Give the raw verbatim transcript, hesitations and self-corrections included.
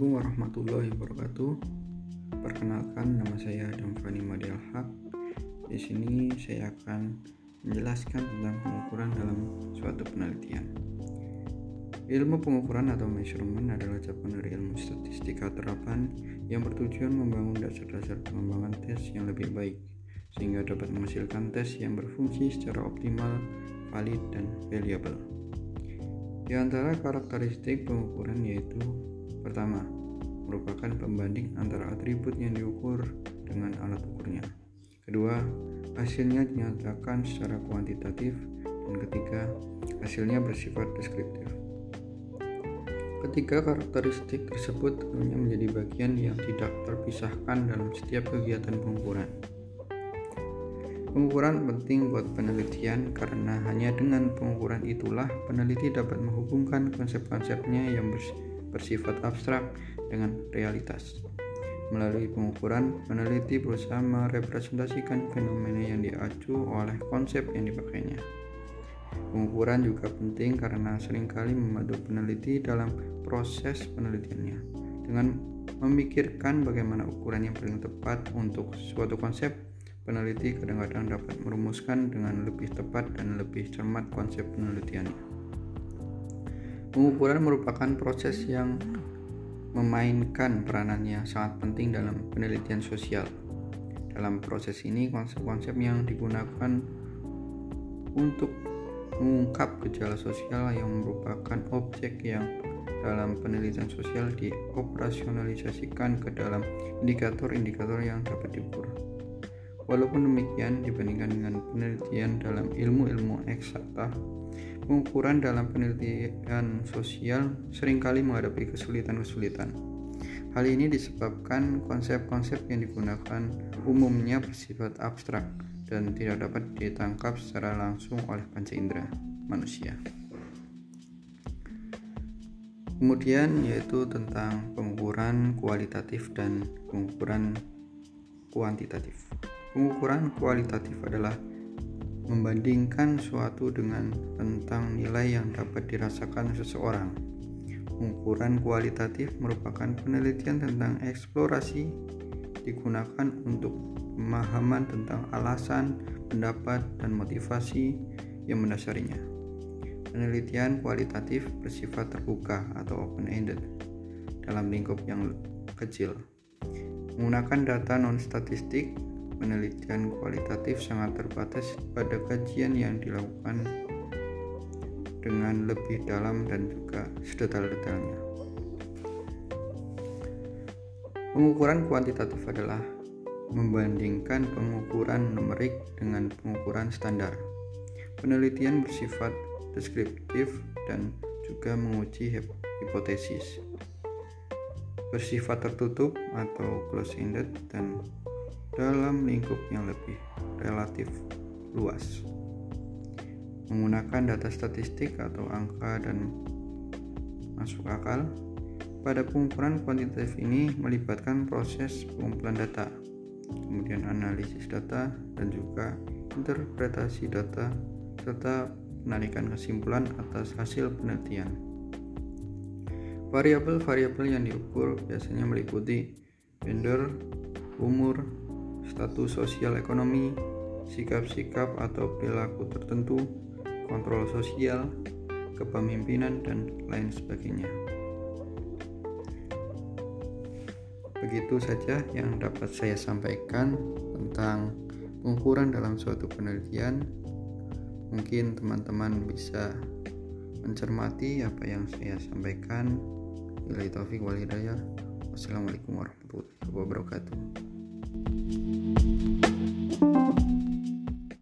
Assalamualaikum warahmatullahi wabarakatuh. Perkenalkan, nama saya Adam Fani Madial Haq. Di sini saya akan menjelaskan tentang pengukuran dalam suatu penelitian. Ilmu pengukuran atau measurement adalah cabang dari ilmu statistika terapan yang bertujuan membangun dasar-dasar pengembangan tes yang lebih baik, sehingga dapat menghasilkan tes yang berfungsi secara optimal, valid, dan reliable. Di antara karakteristik pengukuran yaitu: pertama, merupakan pembanding antara atribut yang diukur dengan alat ukurnya. Kedua, hasilnya dinyatakan secara kuantitatif. Dan ketiga, hasilnya bersifat deskriptif. Ketiga karakteristik tersebut tentunya menjadi bagian yang tidak terpisahkan dalam setiap kegiatan pengukuran. Pengukuran penting buat penelitian karena hanya dengan pengukuran itulah peneliti dapat menghubungkan konsep-konsepnya yang bersifat bersifat abstrak dengan realitas. Melalui pengukuran, peneliti berusaha merepresentasikan fenomena yang diacu oleh konsep yang dipakainya. Pengukuran juga penting karena seringkali membantu peneliti dalam proses penelitiannya. Dengan memikirkan bagaimana ukuran yang paling tepat untuk suatu konsep, peneliti kadang-kadang dapat merumuskan dengan lebih tepat dan lebih cermat konsep penelitiannya. Pengukuran merupakan proses yang memainkan peranan yang sangat penting dalam penelitian sosial. Dalam proses ini, konsep-konsep yang digunakan untuk mengungkap gejala sosial yang merupakan objek yang dalam penelitian sosial dioperasionalisasikan ke dalam indikator-indikator yang dapat diukur. Walaupun demikian, dibandingkan dengan penelitian dalam ilmu-ilmu eksakta, pengukuran dalam penelitian sosial seringkali menghadapi kesulitan-kesulitan. Hal ini disebabkan konsep-konsep yang digunakan umumnya bersifat abstrak dan tidak dapat ditangkap secara langsung oleh panca indera manusia. Kemudian yaitu tentang pengukuran kualitatif dan pengukuran kuantitatif. Pengukuran kualitatif adalah membandingkan suatu dengan tentang nilai yang dapat dirasakan seseorang. Pengukuran kualitatif merupakan penelitian tentang eksplorasi digunakan untuk pemahaman tentang alasan, pendapat, dan motivasi yang mendasarinya. Penelitian kualitatif bersifat terbuka atau open-ended dalam lingkup yang kecil. Menggunakan data non-statistik, penelitian kualitatif sangat terbatas pada kajian yang dilakukan dengan lebih dalam dan juga sedetail-detailnya. Pengukuran kuantitatif adalah membandingkan pengukuran numerik dengan pengukuran standar. Penelitian bersifat deskriptif dan juga menguji hipotesis. Bersifat tertutup atau close-ended dan dalam lingkup yang lebih relatif luas. Menggunakan data statistik atau angka dan masuk akal. Pada pengukuran kuantitatif ini melibatkan proses pengumpulan data, kemudian analisis data dan juga interpretasi data serta penarikan kesimpulan atas hasil penelitian. Variabel-variabel yang diukur biasanya meliputi gender, umur, status sosial ekonomi, sikap-sikap atau perilaku tertentu, kontrol sosial, kepemimpinan, dan lain sebagainya. Begitu saja yang dapat saya sampaikan tentang pengukuran dalam suatu penelitian. Mungkin teman-teman bisa mencermati apa yang saya sampaikan. Billahi taufik wal hidayah. Wassalamualaikum warahmatullahi wabarakatuh.